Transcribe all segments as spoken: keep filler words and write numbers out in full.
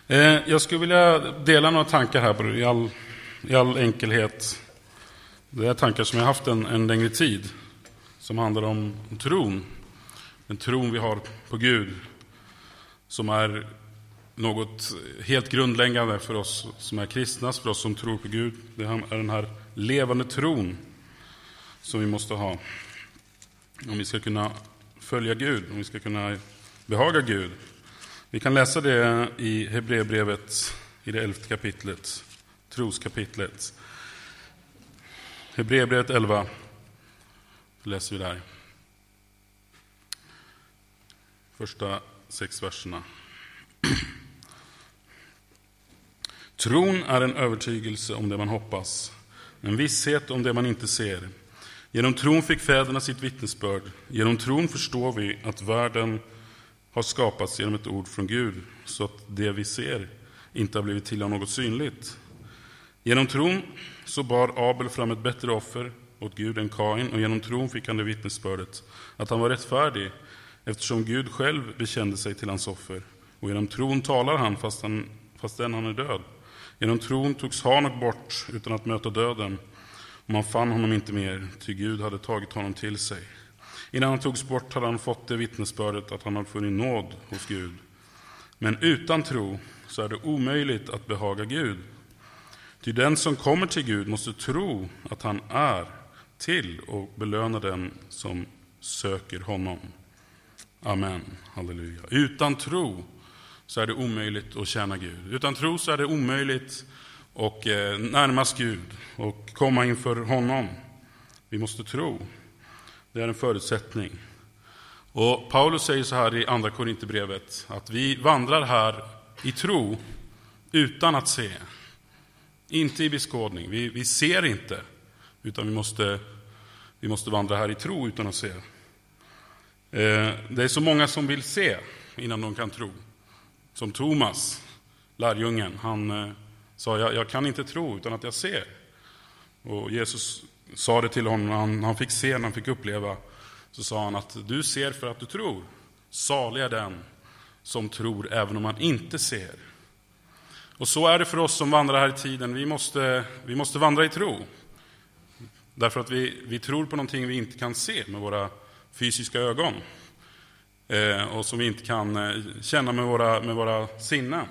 Jag skulle vilja dela några tankar här i all, i all enkelhet. Det är tankar som jag har haft en, en längre tid, som handlar om tron. Den tron vi har på Gud, som är något helt grundläggande för oss som är kristna, för oss som tror på Gud. Det är den här levande tron som vi måste ha om vi ska kunna följa Gud, om vi ska kunna behaga Gud. Vi kan läsa det i Hebreerbrevet i det elfte kapitlet, troskapitlet. Hebreerbrevet elva läser vi där. Första sex verserna. Tron är en övertygelse om det man hoppas, en visshet om det man inte ser. Genom tron fick fäderna sitt vittnesbörd. Genom tron förstår vi att världen har skapats genom ett ord från Gud, så att det vi ser inte har blivit till av något synligt. Genom tron så bar Abel fram ett bättre offer åt Gud än Kain, och genom tron fick han det vittnesbördet att han var rättfärdig, eftersom Gud själv bekände sig till hans offer. Och genom tron talar han fast han, fastän han är död. Genom tron togs Hanok bort utan att möta döden, och man fann honom inte mer, ty Gud hade tagit honom till sig. Innan han togs bort hade han fått det vittnesbördet att han hade funnit nåd hos Gud. Men utan tro så är det omöjligt att behaga Gud. Ty den som kommer till Gud måste tro att han är till och belöna den som söker honom. Amen, halleluja. Utan tro så är det omöjligt att tjäna Gud. Utan tro så är det omöjligt att närmas Gud och komma inför honom. Vi måste tro. Det är en förutsättning. Och Paulus säger så här i andra Korinthierbrevet, att vi vandrar här i tro utan att se. Inte i beskådning. Vi, vi ser inte, utan vi måste, vi måste vandra här i tro utan att se. Eh, det är så många som vill se innan de kan tro. Som Thomas, lärjungen, han eh, sa, jag, jag kan inte tro utan att jag ser. Och Jesus sa det till honom när han, han fick se, när han fick uppleva. Så sa han att du ser för att du tror. Salig är den som tror även om man inte ser. Och så är det för oss som vandrar här i tiden. Vi måste, vi måste vandra i tro. Därför att vi, vi tror på någonting vi inte kan se med våra fysiska ögon. Eh, och som vi inte kan eh, känna med våra, med våra sinnen.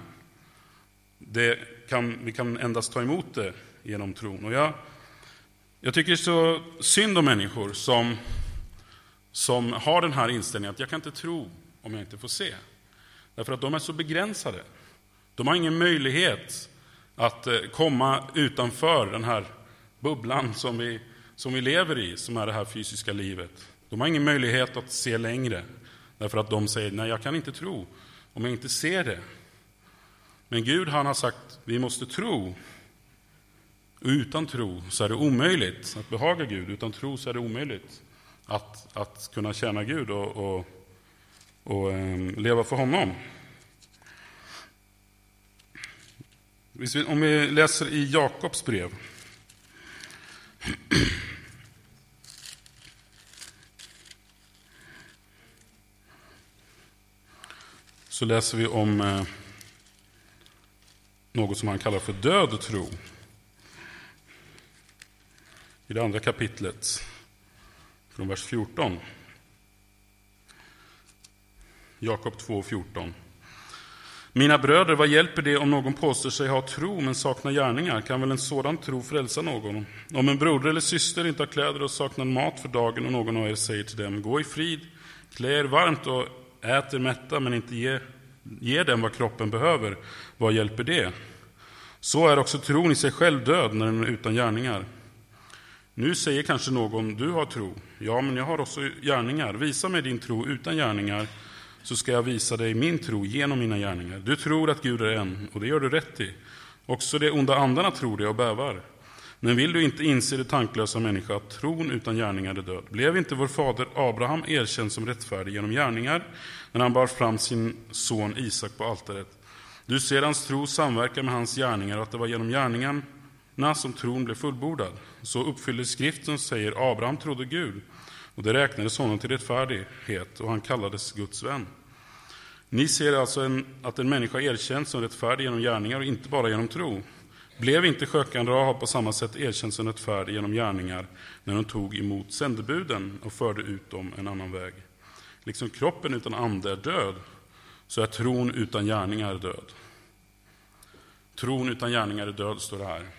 Det kan, vi kan endast ta emot det genom tron. Och jag, jag tycker det är så synd om människor som, som har den här inställningen att jag kan inte tro om jag inte får se. Därför att de är så begränsade. De har ingen möjlighet att komma utanför den här bubblan som vi, som vi lever i, som är det här fysiska livet. De har ingen möjlighet att se längre, därför att de säger, nej jag kan inte tro om jag inte ser det. Men Gud, han har sagt, vi måste tro. Och utan tro så är det omöjligt att behaga Gud. Utan tro så är det omöjligt att, att kunna tjäna Gud och, och, och um, leva för honom. Om vi läser i Jakobs brev. Så läser vi om eh, något som han kallar för död tro. I det andra kapitlet, från vers fjorton. Jakob två fjorton. Mina bröder, vad hjälper det om någon påstår sig ha tro men saknar gärningar? Kan väl en sådan tro frälsa någon? Om en broder eller syster inte har kläder och saknar mat för dagen och någon av er säger till dem, gå i frid, klä er varmt och ät er mätta men inte ge, ge dem vad kroppen behöver, vad hjälper det? Så är också tron i sig själv död när den är utan gärningar. Nu säger kanske någon, du har tro. Ja, men jag har också gärningar. Visa mig din tro utan gärningar, så ska jag visa dig min tro genom mina gärningar. Du tror att Gud är en, och det gör du rätt i. Också de onda andarna tror det och bävar. Men vill du inte inse det tanklösa människa att tron utan gärningar är död? Blev inte vår fader Abraham erkänd som rättfärdig genom gärningar när han bar fram sin son Isak på altaret? Du ser hans tro samverka med hans gärningar och att det var genom gärningarna som tron blev fullbordad. Så uppfyllde skriften säger Abraham trodde Gud och det räknades honom till rättfärdighet och han kallades Guds vän. Ni ser alltså en, att en människa erkänns som rättfärdig genom gärningar och inte bara genom tro. Blev inte skökan Rahab på samma sätt erkänd som rättfärdig genom gärningar när hon tog emot sändebuden och förde ut dem en annan väg? Liksom kroppen utan ande är död, så är tron utan gärningar död. Tron utan gärningar är död, står det här.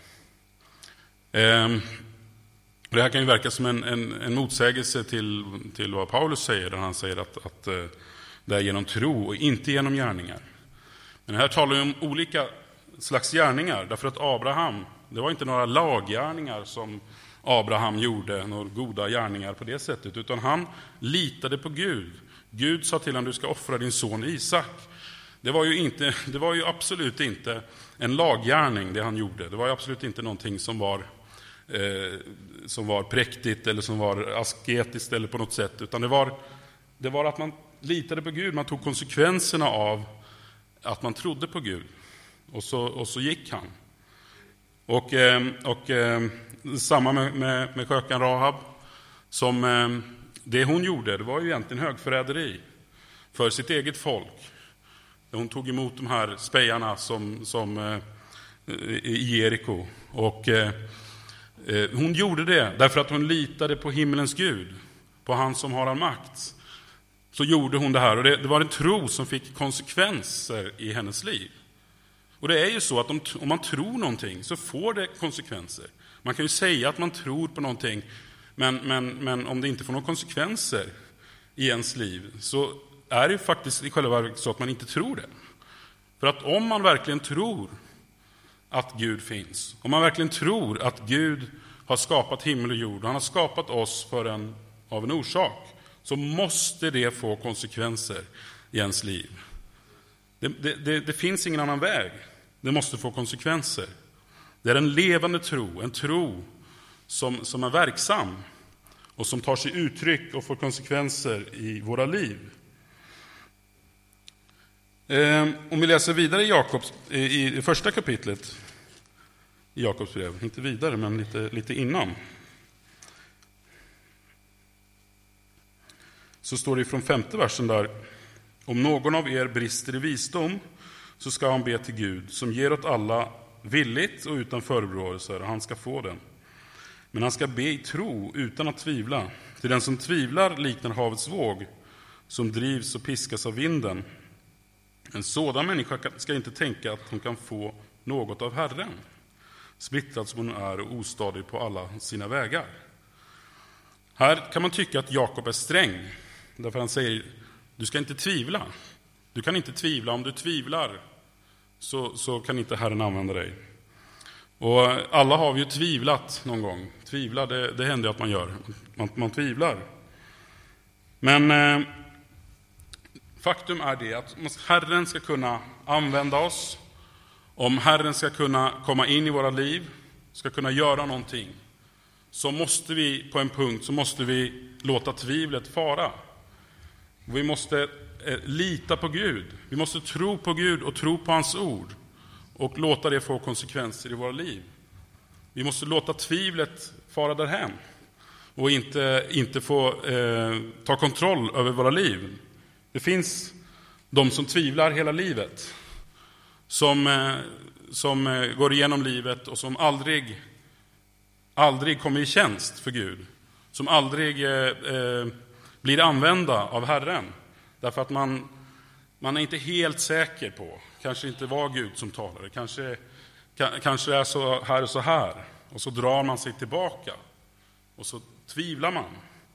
Ehm, det här kan ju verka som en, en, en motsägelse till, till vad Paulus säger, där han säger att, att det är genom tro och inte genom gärningar. Men här talar vi om olika slags gärningar, därför att Abraham, det var inte några laggärningar som Abraham gjorde, några goda gärningar på det sättet, utan han litade på Gud. Gud sa till honom, du ska offra din son Isak. Det var ju, inte, det var ju absolut inte en laggärning det han gjorde. Det var ju absolut inte någonting som var, eh, som var präktigt eller som var asketiskt eller på något sätt, utan det var, det var att man litade på Gud. Man tog konsekvenserna av att man trodde på Gud. Och så, och så gick han. Och, och samma med, med, med skökan Rahab. Som det hon gjorde, det var ju egentligen högförräderi för sitt eget folk. Hon tog emot de här spejarna som, som i Jeriko. Och hon gjorde det därför att hon litade på himmelens Gud, på han som har all makt. Så gjorde hon det här, och det, det var en tro som fick konsekvenser i hennes liv. Och det är ju så att om, om man tror någonting så får det konsekvenser. Man kan ju säga att man tror på någonting, men, men, men om det inte får några konsekvenser i ens liv, så är det ju faktiskt i själva verket så att man inte tror det. För att om man verkligen tror att Gud finns, om man verkligen tror att Gud har skapat himmel och jord, och han har skapat oss för en, av en orsak, så måste det få konsekvenser i ens liv. Det, det, det, det finns ingen annan väg. Det måste få konsekvenser. Det är en levande tro, en tro som, som är verksam och som tar sig uttryck och får konsekvenser i våra liv. Eh, om vi läser vidare i Jakobs, i, i första kapitlet i Jakobs brev, inte vidare men lite, lite innan, så står det från femte versen där: om någon av er brister i visdom, så ska han be till Gud, som ger åt alla villigt och utan förebråelser, och han ska få den. Men han ska be i tro, utan att tvivla. Till den som tvivlar liknar havets våg, som drivs och piskas av vinden. En sådan människa ska inte tänka att hon kan få något av Herren, splittrad som hon är och ostadig på alla sina vägar. Här kan man tycka att Jakob är sträng, därför han säger: du ska inte tvivla. Du kan inte tvivla. Om du tvivlar så, så kan inte Herren använda dig. Och alla har vi ju tvivlat någon gång. Tvivla, det, det händer att man gör. Man, man tvivlar. Men eh, faktum är det att om Herren ska kunna använda oss, om Herren ska kunna komma in i våra liv, ska kunna göra någonting, så måste vi på en punkt så måste vi låta tvivlet fara. Vi måste eh, lita på Gud. Vi måste tro på Gud och tro på hans ord och låta det få konsekvenser i våra liv. Vi måste låta tvivlet fara därhän och inte, inte få eh, ta kontroll över våra liv. Det finns de som tvivlar hela livet, som, eh, som eh, går igenom livet och som aldrig, aldrig kommer i tjänst för Gud, som aldrig eh, eh, blir använda av Herren, därför att man, man är inte helt säker på, kanske inte var Gud som talade, kanske, kanske är så här och så här, och så drar man sig tillbaka och så tvivlar man.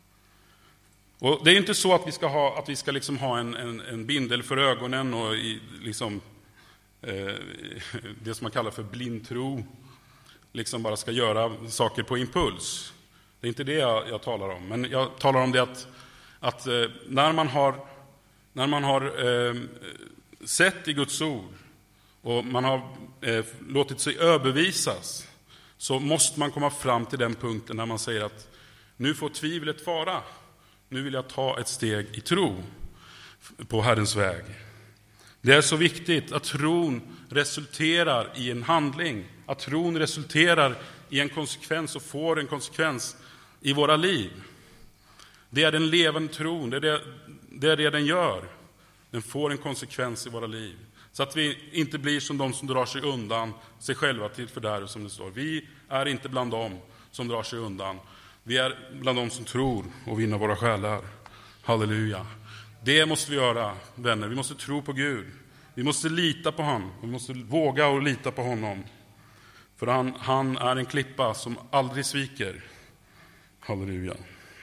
Och det är inte så att vi ska ha, att vi ska liksom ha en, en, en bindel för ögonen och i, liksom, eh, det som man kallar för blind tro, liksom bara ska göra saker på impuls. Det är inte det jag, jag talar om, men jag talar om det att Att eh, när man har, när man har eh, sett i Guds ord och man har eh, låtit sig överbevisas, så måste man komma fram till den punkten när man säger att nu får tvivlet fara. Nu vill jag ta ett steg i tro på Herrens väg. Det är så viktigt att tron resulterar i en handling. Att tron resulterar i en konsekvens och får en konsekvens i våra liv. Det är den levande tron, det är det, det är det den gör. den får en konsekvens i våra liv. Så att vi inte blir som de som drar sig undan sig själva till fördärv, som det står. Vi är inte bland dem som drar sig undan. Vi är bland dem som tror och vinner våra själar. Halleluja. Det måste vi göra, vänner. Vi måste tro på Gud. Vi måste lita på honom. Vi måste våga och lita på honom. För han, han är en klippa som aldrig sviker. Halleluja.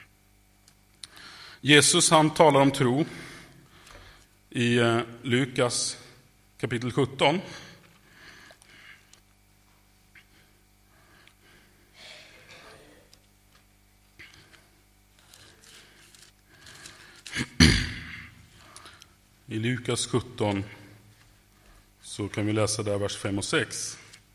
Jesus, han talar om tro i eh, Lukas kapitel sjutton. I Lukas sjutton så kan vi läsa där vers fem och sex.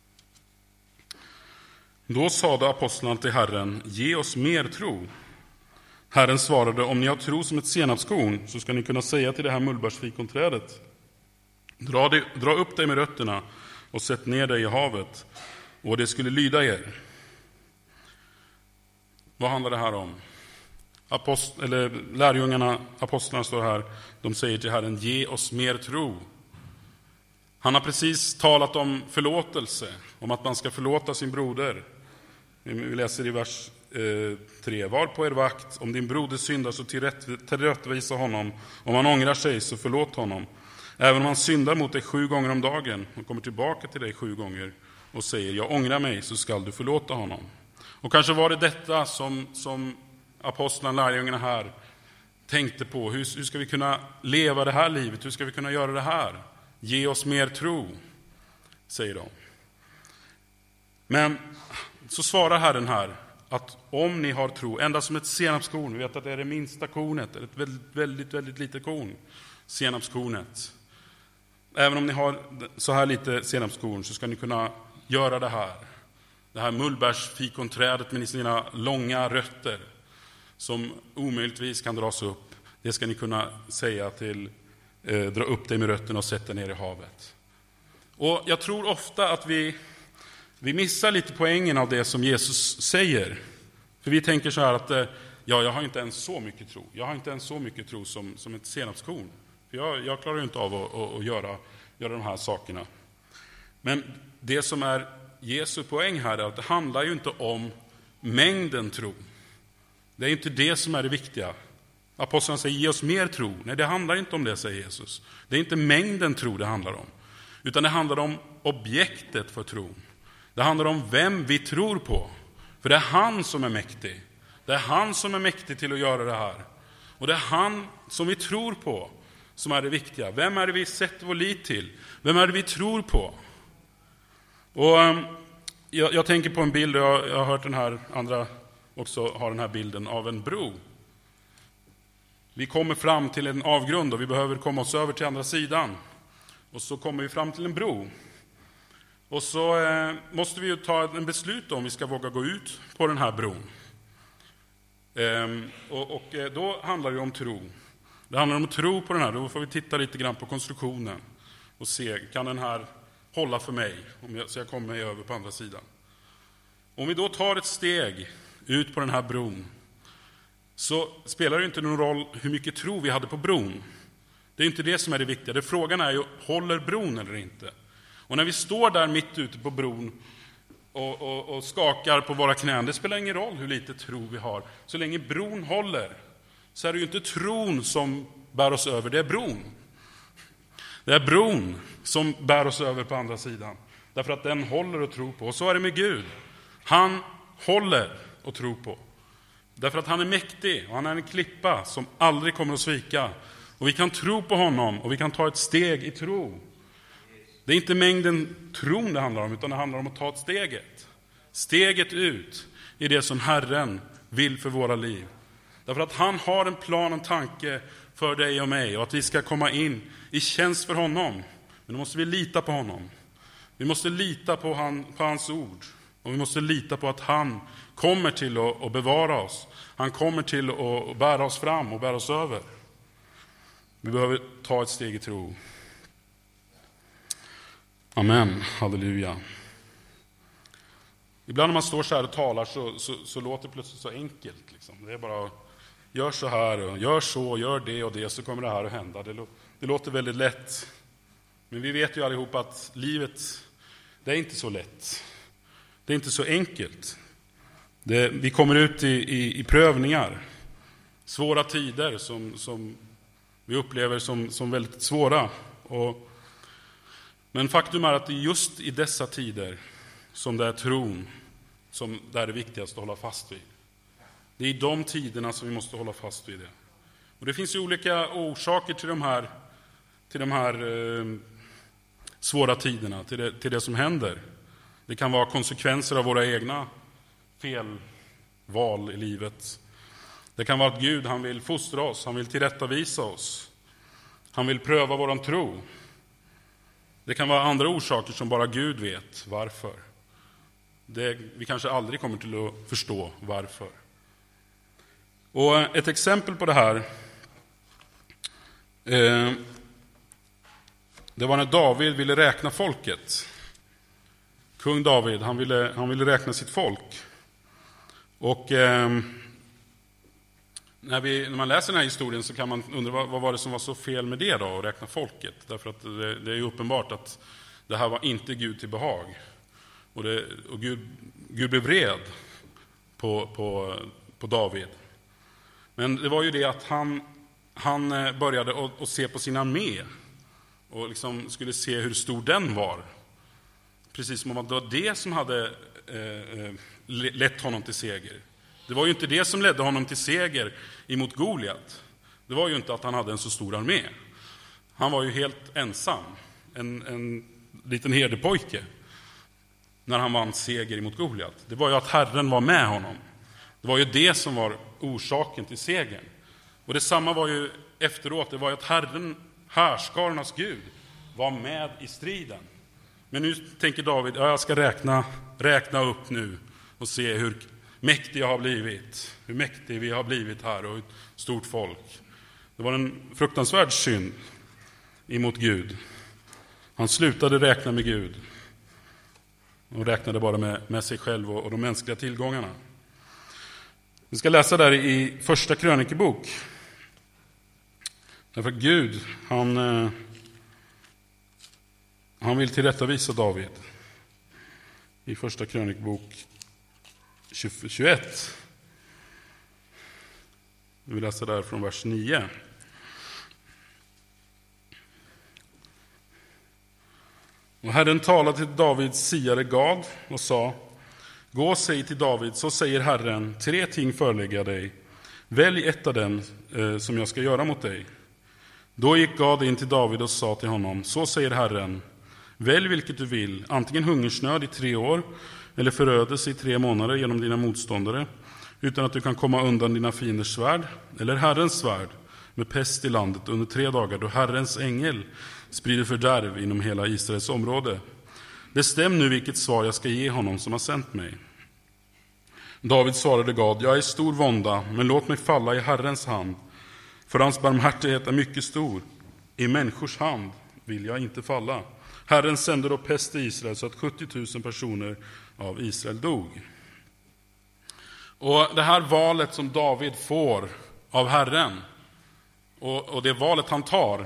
Då sade apostlarna till Herren: ge oss mer tro. Herren svarade: om ni har tro som ett senapskorn, så ska ni kunna säga till det här mullbärsfikonträdet: dra, dig, dra upp dig med rötterna och sätt ner dig i havet, och det skulle lyda er. Vad handlar det här om? Apost, eller lärjungarna, apostlarna står här, de säger till Herren: ge oss mer tro. Han har precis talat om förlåtelse, om att man ska förlåta sin broder. Vi läser i vers eh, tre. Var på er vakt, om din broder syndar så tillrättvisa honom. Om han ångrar sig så förlåt honom. Även om han syndar mot dig sju gånger om dagen och kommer tillbaka till dig sju gånger och säger: jag ångrar mig, så skall du förlåta honom. Och kanske var det detta som, som apostlarna, lärjungarna här tänkte på. Hur, hur ska vi kunna leva det här livet? Hur ska vi kunna göra det här? Ge oss mer tro, säger de. Men så svarar Herren här att om ni har tro, ända som ett senapskorn, vi vet att det är det minsta kornet, ett väldigt, väldigt, väldigt litet korn, senapskornet. Även om ni har så här lite senapskorn, så ska ni kunna göra det här. Det här mullbärsfikonträdet med sina långa rötter som omöjligtvis kan dras upp, det ska ni kunna säga till eh, dra upp dig med rötterna och sätta ner i havet. Och jag tror ofta att vi Vi missar lite poängen av det som Jesus säger. För vi tänker så här att ja, jag har inte ens så mycket tro. Jag har inte ens så mycket tro som, som ett senapskorn. För jag, jag klarar ju inte av att, att, att göra, göra de här sakerna. Men det som är Jesu poäng här är att det handlar ju inte om mängden tro. Det är inte det som är det viktiga. Aposteln säger: ge oss mer tro. Nej, det handlar inte om det, säger Jesus. Det är inte mängden tro det handlar om. Utan det handlar om objektet för tron. Det handlar om vem vi tror på. För det är han som är mäktig. Det är han som är mäktig till att göra det här. Och det är han som vi tror på som är det viktiga. Vem är det vi sätter vår lit till? Vem är det vi tror på? Och um, jag, jag tänker på en bild, jag, jag har hört den här, andra också har den här bilden av en bro. Vi kommer fram till en avgrund och vi behöver komma oss över till andra sidan. Och så kommer vi fram till en bro. Och så eh, måste vi ju ta en beslut om vi ska våga gå ut på den här bron. Ehm, och och eh, då handlar det om tro. Det handlar om tro på den här. Då får vi titta lite grann på konstruktionen och se, kan den här hålla för mig om jag, så jag kommer mig över på andra sidan. Om vi då tar ett steg ut på den här bron, så spelar det inte någon roll hur mycket tro vi hade på bron. Det är inte det som är det viktiga. Det frågan är ju, håller bron eller inte? Och när vi står där mitt ute på bron och, och, och skakar på våra knän, det spelar ingen roll hur lite tro vi har. Så länge bron håller, så är det ju inte tron som bär oss över, det är bron. Det är bron som bär oss över på andra sidan. Därför att den håller att tro på. Och så är det med Gud. Han håller att tro på. Därför att han är mäktig och han är en klippa som aldrig kommer att svika. Och vi kan tro på honom och vi kan ta ett steg i tro. Det är inte mängden tron det handlar om, utan det handlar om att ta ett steget. Steget ut i det som Herren vill för våra liv. Därför att han har en plan, en tanke för dig och mig. Och att vi ska komma in i tjänst för honom. Men då måste vi lita på honom. Vi måste lita på, han, på hans ord. Och vi måste lita på att han kommer till att, att bevara oss. Han kommer till att bära oss fram och bära oss över. Vi behöver ta ett steg i tro. Amen, halleluja. Ibland när man står så här och talar så, så, så låter det plötsligt så enkelt. Liksom. Det är bara, gör så här, och gör så, gör det och det, så kommer det här att hända. Det, det låter väldigt lätt. Men vi vet ju allihop att livet, det är inte så lätt. Det är inte så enkelt. Det, vi kommer ut i, i, i prövningar. Svåra tider som, som vi upplever som, som väldigt svåra. Och, men faktum är att det är just i dessa tider som det är tron som det är det viktigaste att hålla fast vid. Det är i de tiderna som vi måste hålla fast vid det. Och det finns ju olika orsaker till de här, till de här eh, svåra tiderna, till det, till det som händer. Det kan vara konsekvenser av våra egna felval i livet. Det kan vara att Gud, han vill fostra oss, han vill tillrättavisa oss. Han vill pröva våran tro. Det kan vara andra orsaker som bara Gud vet varför. Det, vi kanske aldrig kommer till att förstå varför. Och ett exempel på det här, eh, det var när David ville räkna folket. Kung David, han ville, han ville räkna sitt folk. Och eh, när, vi, när man läser den här historien så kan man undra vad, vad var det som var så fel med det då, att räkna folket. Därför att det, det är ju uppenbart att det här var inte Gud till behag. Och, det, och Gud, Gud blev vred på, på, på David. Men det var ju det att han, han började att, att se på sin armé och liksom skulle se hur stor den var. Precis som om det var det som hade eh, lett honom till seger. Det var ju inte det som ledde honom till seger emot Goliat. Det var ju inte att han hade en så stor armé. Han var ju helt ensam, en, en liten herdepojke, när han vann seger emot Goliat. Det var ju att Herren var med honom. Det var ju det som var orsaken till segern. Och detsamma var ju efteråt. Det var ju att Herren, härskarnas Gud, var med i striden. Men nu tänker David, ja, jag ska räkna, räkna upp nu och se hur mäktig jag har blivit. Hur mäktig vi har blivit här och ett stort folk. Det var en fruktansvärd synd emot Gud. Han slutade räkna med Gud och räknade bara med, med sig själv och, och de mänskliga tillgångarna. Vi ska läsa där i första krönikebok. Därför att Gud, han, han vill tillrättavisa David. I första krönikebok tjugoett. Vi läser där från vers nio. Och Herren talade till Davids siare Gad och sa: gå och säg till David, så säger Herren, tre ting förelägger dig. Välj ett av dem eh, som jag ska göra mot dig. Då gick Gad in till David och sa till honom: så säger Herren, välj vilket du vill, antingen hungersnöd i tre år eller förödelse i tre månader genom dina motståndare, utan att du kan komma undan dina fienders svärd, eller Herrens svärd med pest i landet under tre dagar, då Herrens ängel sprider fördärv inom hela Israels område. Bestäm nu vilket svar jag ska ge honom som har sänt mig. David svarade Gad: jag är stor vånda, men låt mig falla i Herrens hand, för hans barmhärtighet är mycket stor. I människors hand vill jag inte falla. Herren sände då pest i Israel så att sjuttio tusen personer av Israel dog. Och det här valet som David får av Herren, och, och det valet han tar,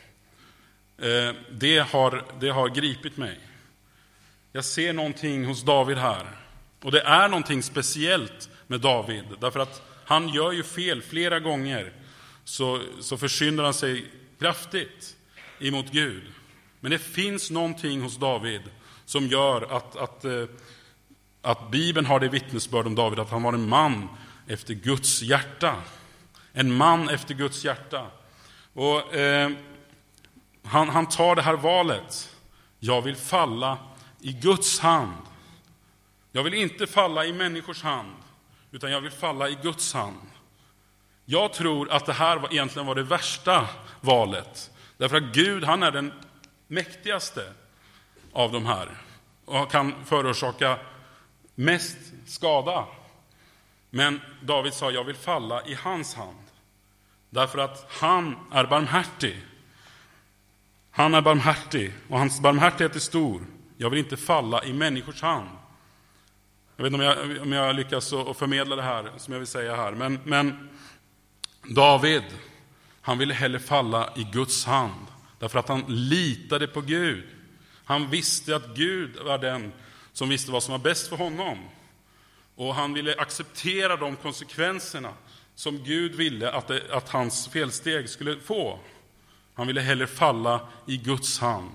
eh, det, har, det har gripit mig. Jag ser någonting hos David här. Och det är någonting speciellt med David. Därför att han gör ju fel flera gånger. Så, så försyndar han sig kraftigt emot Gud. Men det finns någonting hos David som gör att, att, att Bibeln har det vittnesbörd om David, att han var en man efter Guds hjärta. En man efter Guds hjärta. Och eh, han, han tar det här valet. Jag vill falla i Guds hand. Jag vill inte falla i människors hand, utan jag vill falla i Guds hand. Jag tror att det här var, egentligen var det värsta valet. Därför att Gud, han är den mäktigaste av de här. Och kan förorsaka mest skada. Men David sa: jag vill falla i hans hand. Därför att han är barmhärtig. Han är barmhärtig och hans barmhärtighet är stor. Jag vill inte falla i människors hand. Jag vet inte om jag, om jag lyckas att förmedla det här som jag vill säga här. Men, men David, han ville hellre falla i Guds hand. Därför att han litade på Gud. Han visste att Gud var den som visste vad som var bäst för honom. Och han ville acceptera de konsekvenserna som Gud ville att, det, att hans felsteg skulle få. Han ville hellre falla i Guds hand.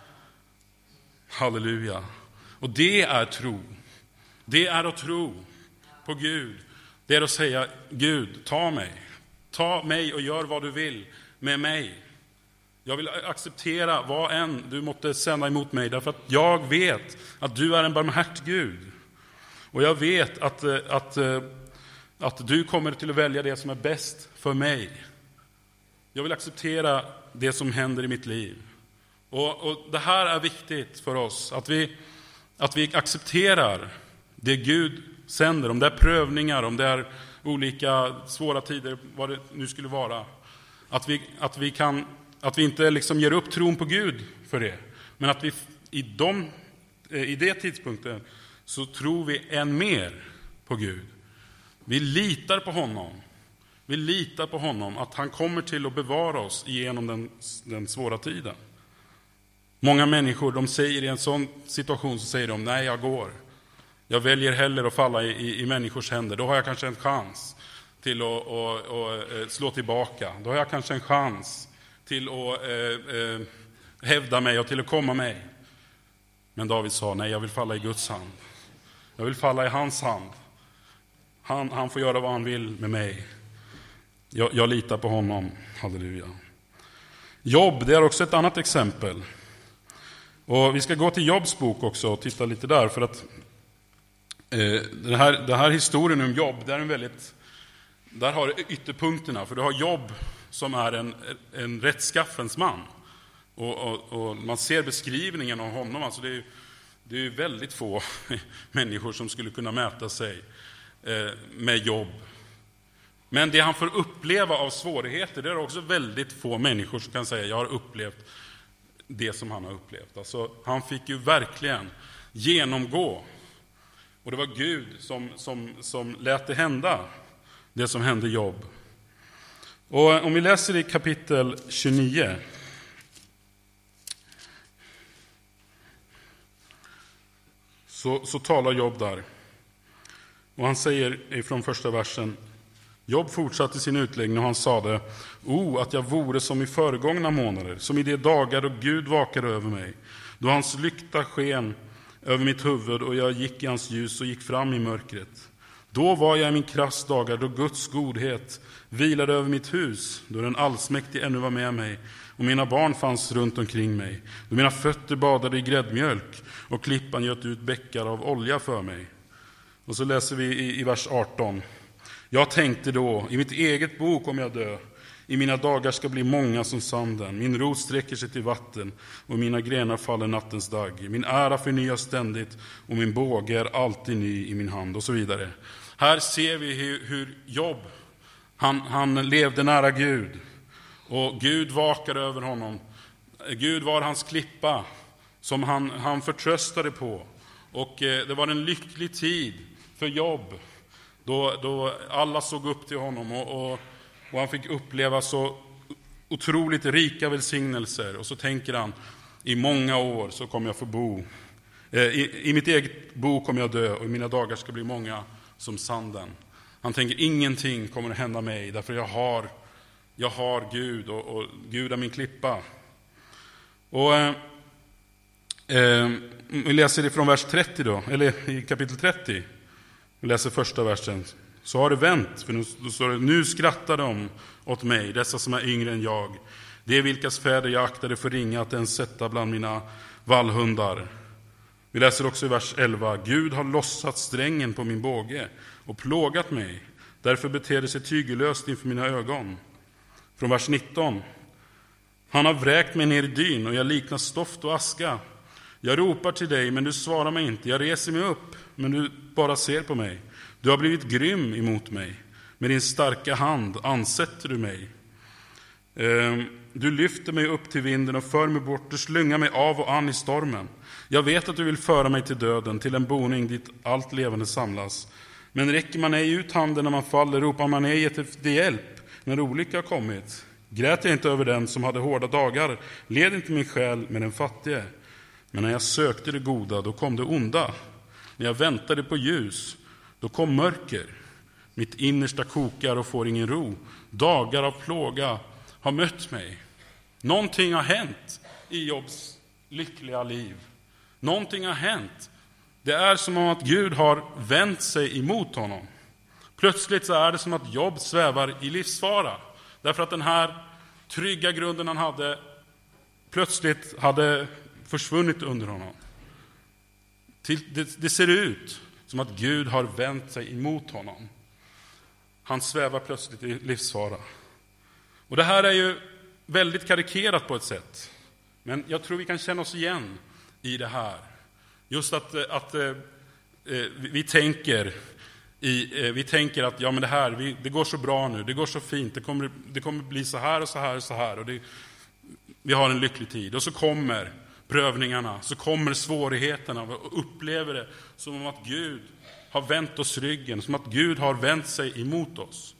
Halleluja. Och det är tro. Det är att tro på Gud. Det är att säga, Gud, ta mig. Ta mig och gör vad du vill med mig. Jag vill acceptera vad än du måtte sända emot mig. Därför att jag vet att du är en barmhärtig Gud. Och jag vet att, att, att du kommer till att välja det som är bäst för mig. Jag vill acceptera det som händer i mitt liv. Och, och det här är viktigt för oss. Att vi, att vi accepterar det Gud sänder. Om det är prövningar, om det är olika svåra tider, vad det nu skulle vara. Att vi, att vi, kan, att vi inte liksom ger upp tron på Gud för det. Men att vi i, de, i det tidpunkten så tror vi än mer på Gud. Vi litar på honom. Vi litar på honom att han kommer till att bevara oss igenom den, den svåra tiden. Många människor, de säger i en sån situation så säger de, nej jag går. Jag väljer hellre att falla i, i, i människors händer. Då har jag kanske en chans till att och, och, slå tillbaka. Då har jag kanske en chans till att eh, eh, hävda mig och till att komma mig. Men David sa, nej jag vill falla i Guds hand. Jag vill falla i hans hand. Han, han får göra vad han vill med mig. Jag, jag litar på honom. Halleluja. Jobb, det är också ett annat exempel. Och vi ska gå till Jobbs bok också och titta lite där. För att eh, den, här, den här historien om Jobb, det är en väldigt, där har det ytterpunkterna. För du har Jobb som är en, en rättskaffens man. Och, och, och man ser beskrivningen av honom. Alltså det är, det är väldigt få människor som skulle kunna mäta sig eh, med Jobb. Men det han får uppleva av svårigheter, det är också väldigt få människor som kan säga jag har upplevt det som han har upplevt. Alltså, han fick ju verkligen genomgå. Och det var Gud som, som, som lät det hända, det som hände Jobb. Och om vi läser i kapitel tjugonio. Så, så talar Jobb där. Och han säger ifrån första versen, Jobb fortsatte sin utläggning och han sade, o, att jag vore som i föregångna månader, som i de dagar då Gud vakade över mig, då hans lykta sken över mitt huvud och jag gick i hans ljus och gick fram i mörkret. Då var jag i min krass dagar, då Guds godhet vilade över mitt hus, då den allsmäktige ännu var med mig och mina barn fanns runt omkring mig, då mina fötter badade i gräddmjölk och klippan göt ut bäckar av olja för mig. Och så läser vi i, i vers arton. Jag tänkte då, i mitt eget bo kommer jag dö. I mina dagar ska bli många som sanden. Min rot sträcker sig till vatten och mina grenar faller nattens dag. Min ära förnyas ständigt och min båge är alltid ny i min hand och så vidare. Här ser vi hur, hur Jobb, han, han levde nära Gud. Och Gud vakade över honom. Gud var hans klippa som han, han förtröstade på. Och eh, det var en lycklig tid för Jobb. Då, då alla såg upp till honom och, och, och han fick uppleva så otroligt rika välsignelser. Och så tänker han, i många år så kommer jag få bo. Eh, i, I mitt eget bo kommer jag dö och i mina dagar ska bli många som sanden. Han tänker, ingenting kommer att hända mig därför jag har, jag har Gud och, och Gud är min klippa. Och eh, eh, vi läser det från vers trettio då, eller i kapitel trettio. Vi läser första versen. Så har det vänt, för nu, då står det, nu skrattar de åt mig, dessa som är yngre än jag. Det är vilkas fäder jag aktade för ringa att ens sätta bland mina vallhundar. Vi läser också i vers elva. Gud har lossat strängen på min båge och plågat mig. Därför beter det sig tygelöst inför mina ögon. Från vers nitton. Han har vräkt mig ner i dyn och jag liknar stoft och aska. Jag ropar till dig, men du svarar mig inte. Jag reser mig upp, men du bara ser på mig. Du har blivit grym emot mig. Med din starka hand ansätter du mig. Du lyfter mig upp till vinden och för mig bort. Du slungar mig av och an i stormen. Jag vet att du vill föra mig till döden, till en boning dit allt levande samlas. Men räcker man ej ut handen när man faller, ropar man ej efter hjälp när olycka har kommit. Grät jag inte över den som hade hårda dagar, led inte min själ med den fattige. Men när jag sökte det goda, då kom det onda. När jag väntade på ljus, då kom mörker. Mitt innersta kokar och får ingen ro. Dagar av plåga har mött mig. Någonting har hänt i Jobs lyckliga liv. Någonting har hänt. Det är som om att Gud har vänt sig emot honom. Plötsligt så är det som att Job svävar i livsfara. Därför att den här trygga grunden han hade plötsligt hade försvunnit under honom. Det, det ser ut som att Gud har vänt sig emot honom. Han svävar plötsligt i livsfara. Och det här är ju väldigt karikerat på ett sätt. Men jag tror vi kan känna oss igen i det här. Just att, att eh, vi tänker i, eh, vi tänker att ja, men det här, vi, det går så bra nu, det går så fint, det kommer, det kommer bli så här och så här och så här. Och det, vi har en lycklig tid. Och så kommer prövningarna, så kommer svårigheterna. Vi upplever det som om att Gud har vänt oss ryggen, som att Gud har vänt sig emot oss.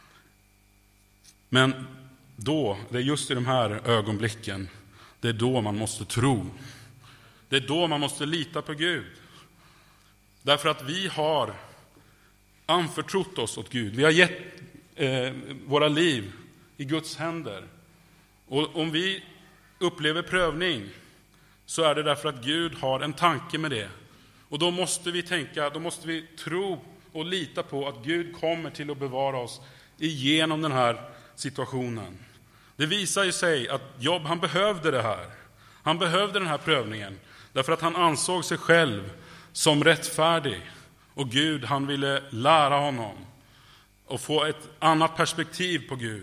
Men då, det är just i de här ögonblicken, det är då man måste tro. Det är då man måste lita på Gud. Därför att vi har anförtrott oss åt Gud. Vi har gett eh, våra liv i Guds händer. Och om vi upplever prövning, så är det därför att Gud har en tanke med det. Och då måste vi tänka, då måste vi tro och lita på att Gud kommer till att bevara oss igenom den här situationen. Det visar ju sig att Job, han behövde det här. Han behövde den här prövningen. Därför att han ansåg sig själv som rättfärdig. Och Gud, han ville lära honom och få ett annat perspektiv på Gud.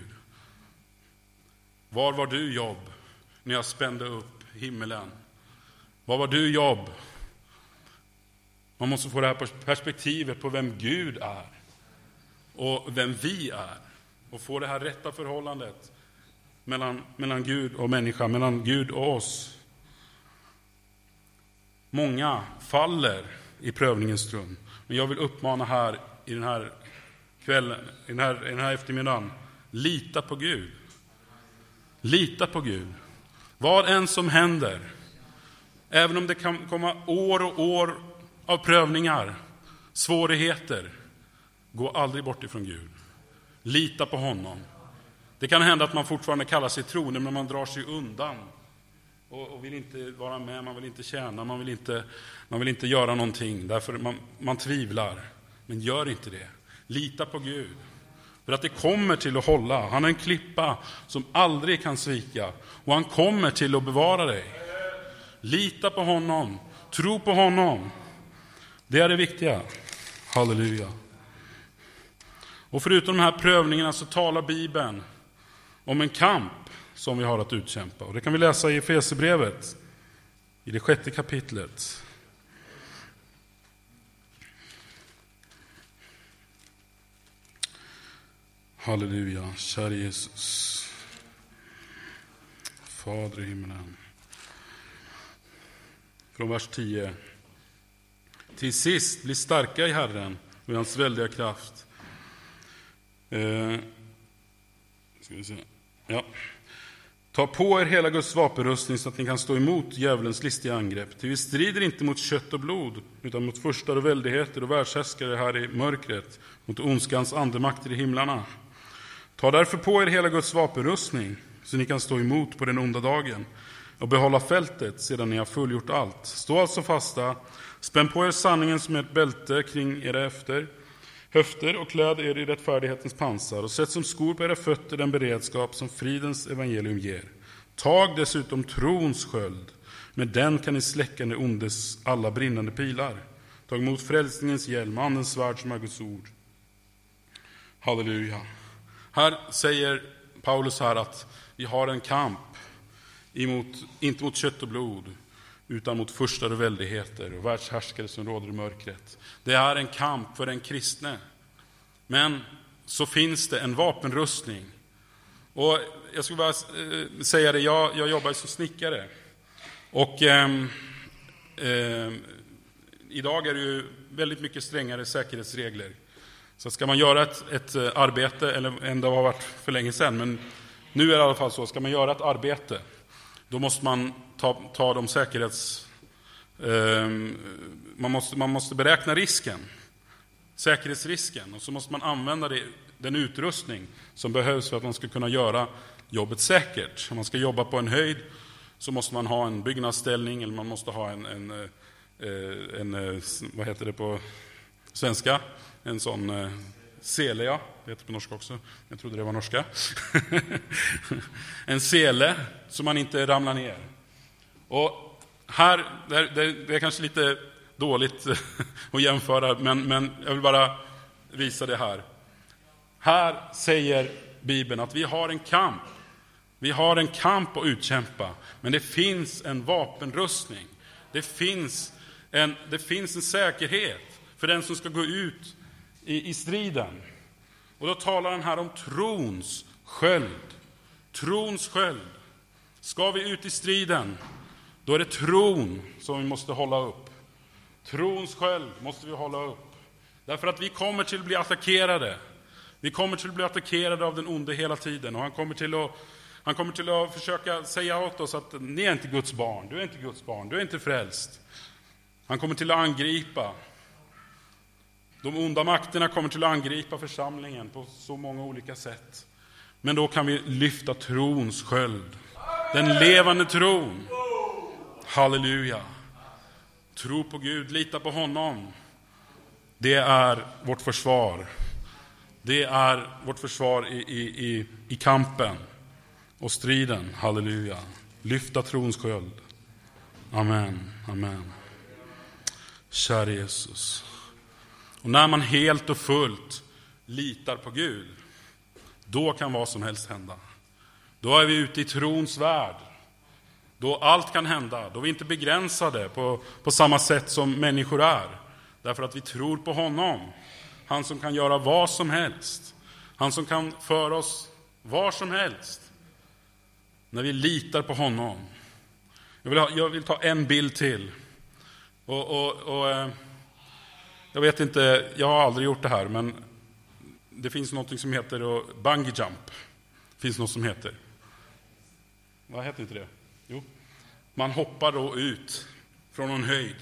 Var var du, Job, när jag spände upp himmelen? Var var du, Job? Man måste få det här perspektivet på vem Gud är och vem vi är. Och få det här rätta förhållandet mellan, mellan Gud och människa, mellan Gud och oss. Många faller i prövningens stund. Men jag vill uppmana här i den här kvällen, i den här, i den här eftermiddagen, lita på Gud. Lita på Gud. Vad än som händer, även om det kan komma år och år av prövningar, svårigheter, gå aldrig bort ifrån Gud. Lita på honom. Det kan hända att man fortfarande kallar sig troende, men man drar sig undan och, och vill inte vara med, man vill inte tjäna, man vill inte, man vill inte göra någonting, därför man, man tvivlar. Men gör inte det. Lita på Gud. För att det kommer till att hålla. Han är en klippa som aldrig kan svika. Och han kommer till att bevara dig. Lita på honom. Tro på honom. Det är det viktiga. Halleluja. Och förutom de här prövningarna så talar Bibeln om en kamp som vi har att utkämpa. Och det kan vi läsa i Efesierbrevet i det sjätte kapitlet. Halleluja, kära Jesus. Fader i himlen. Från vers tio. Till sist, bli starka i Herren och i hans väldiga kraft. Eh, ska vi se. Ja. Ta på er hela Guds vapenrustning så att ni kan stå emot djävulens listiga angrepp. Till vi strider inte mot kött och blod, utan mot furstar och väldigheter och världshärskare här i mörkret, mot ondskans andemakter i himlarna. Ta därför på er hela Guds vapenrustning så ni kan stå emot på den onda dagen och behålla fältet sedan ni har fullgjort allt. Stå alltså fasta, spänn på er sanningen som ett bälte kring era efter, höfter och kläd er i rättfärdighetens pansar och sätt som skor på era fötter den beredskap som fridens evangelium ger. Tag dessutom trons sköld, med den kan ni släcka den ondes alla brinnande pilar. Tag emot frälsningens hjälm, andens svärd som är Guds ord. Halleluja. Här säger Paulus här att vi har en kamp emot, inte mot kött och blod, utan mot furstar och väldigheter och världshärskare som råder i mörkret. Det är en kamp för den kristne. Men så finns det en vapenrustning. Och jag skulle bara äh, säga det, jag, jag jobbar som snickare. Och äh, äh, idag är det ju väldigt mycket strängare säkerhetsregler. Så ska man göra ett, ett arbete, eller än det har varit för länge sedan, men Nu är det i alla fall så, ska man göra ett arbete, då måste man ta, ta de säkerhets... Eh, man, måste, man måste beräkna risken, säkerhetsrisken, och så måste man använda det, den utrustning som behövs för att man ska kunna göra jobbet säkert. Om man ska jobba på en höjd så måste man ha en byggnadsställning, eller man måste ha en, en, en, en vad heter det på svenska? En sån eh, sele, ja. Det heter på norska också. Jag trodde det var norska. En sele, så man inte ramlar ner. Och här, det, det, det är kanske lite dåligt att jämföra, men, men jag vill bara visa det här. Här säger Bibeln att vi har en kamp. Vi har en kamp att utkämpa, men det finns en vapenrustning. Det finns en, det finns en säkerhet för den som ska gå ut i, i striden. Och då talar han här om trons sköld. Trons sköld. Ska vi ut i striden, då är det tron som vi måste hålla upp. Trons sköld måste vi hålla upp. Därför att vi kommer till att bli attackerade. Vi kommer till att bli attackerade av den onde hela tiden. Och han kommer till att, han kommer till att försöka säga åt oss att ni är inte Guds barn. Du är inte Guds barn. Du är inte frälst. Han kommer till att angripa. De onda makterna kommer till att angripa församlingen på så många olika sätt. Men då kan vi lyfta trons sköld. Den levande tron. Halleluja. Tro på Gud, lita på honom. Det är vårt försvar. Det är vårt försvar i, i, i, i kampen och striden. Halleluja. Lyfta trons sköld. Amen. Amen. Kära Jesus. Och när man helt och fullt litar på Gud, då kan vad som helst hända. Då är vi ute i trons värld. Då allt kan hända. Då är vi inte begränsade på, på samma sätt som människor är. Därför att vi tror på honom. Han som kan göra vad som helst. Han som kan föra oss var som helst. När vi litar på honom. Jag vill, ha, jag vill ta en bild till. Och, och, och eh, jag vet inte, jag har aldrig gjort det här, men det finns något som heter bungee jump. Det finns något som heter. Vad heter inte det? Jo. Man hoppar då ut från någon höjd.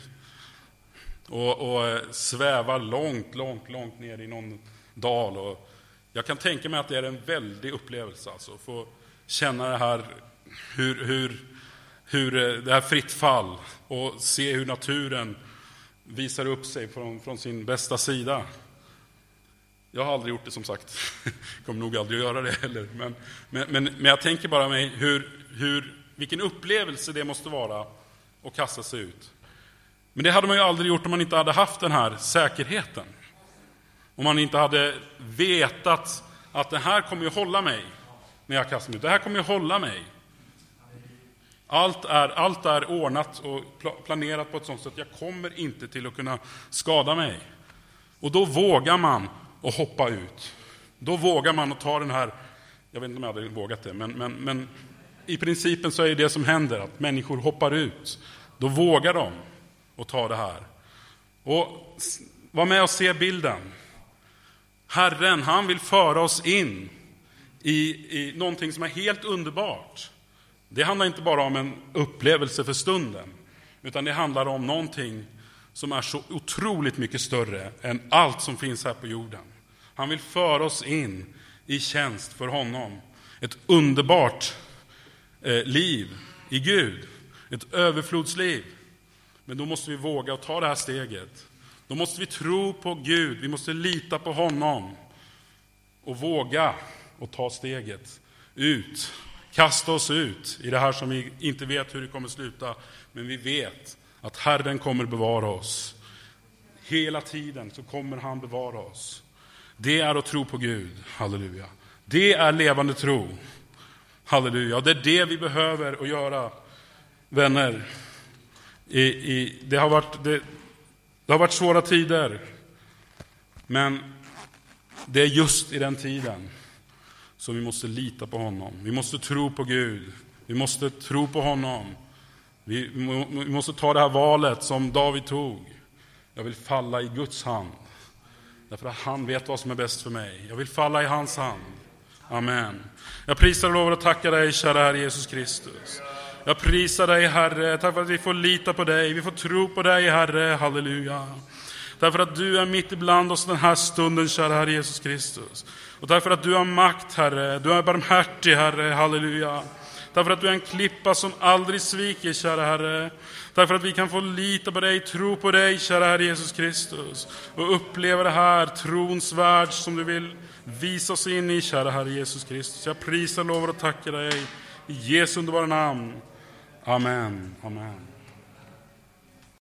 Och, och svävar långt, långt, långt ner i någon dal. Och jag kan tänka mig att det är en väldig upplevelse. Alltså, få känna det här, hur, hur, hur det här fritt fall. Och se hur naturen visar upp sig från, från sin bästa sida. Jag har aldrig gjort det, som sagt. Kommer nog aldrig att göra det heller. Men, men, men, men jag tänker bara mig hur, hur, vilken upplevelse det måste vara att kasta sig ut. Men det hade man ju aldrig gjort om man inte hade haft den här säkerheten. Om man inte hade vetat att det här kommer ju hålla mig när jag kastar mig ut. Det här kommer ju hålla mig. Allt är, allt är ordnat och planerat på ett sånt sätt att jag kommer inte till att kunna skada mig. Och då vågar man att hoppa ut. Då vågar man att ta den här, jag vet inte om jag hade vågat det, men, men, men i principen så är det som händer att människor hoppar ut. Då vågar de att ta det här. Och var med och se bilden. Herren, han vill föra oss in i, i någonting som är helt underbart. Det handlar inte bara om en upplevelse för stunden, utan det handlar om någonting som är så otroligt mycket större än allt som finns här på jorden. Han vill föra oss in i tjänst för honom. Ett underbart eh, liv i Gud. Ett överflodsliv. Men då måste vi våga ta det här steget. Då måste vi tro på Gud. Vi måste lita på honom. Och våga och ta steget ut. Kasta oss ut i det här som vi inte vet hur det kommer sluta. Men vi vet att Herren kommer bevara oss. Hela tiden så kommer han bevara oss. Det är att tro på Gud. Halleluja. Det är levande tro. Halleluja. Det är det vi behöver att göra, vänner. I, i, det, har varit, det, det har varit svåra tider. Men det är just i den tiden som vi måste lita på honom. Vi måste tro på Gud. Vi måste tro på honom. Vi, vi måste ta det här valet som David tog. Jag vill falla i Guds hand. Därför att han vet vad som är bäst för mig. Jag vill falla i hans hand. Amen. Jag prisar och lovar och tackar dig, kära Herre Jesus Kristus. Jag prisar dig, Herre, tack för att vi får lita på dig, vi får tro på dig, Herre, halleluja. Därför att du är mitt ibland oss den här stunden, kära Herre Jesus Kristus. Och därför att du har makt, Herre, du är barmhärtig, Herre, halleluja. Därför att du är en klippa som aldrig sviker, kära Herre. Därför att vi kan få lita på dig, tro på dig, kära Herre Jesus Kristus. Och uppleva det här trons värld som du vill visa oss in i, kära Herre Jesus Kristus. Jag prisar, lovar och tackar dig i Jesu underbara namn. Amen. Amen.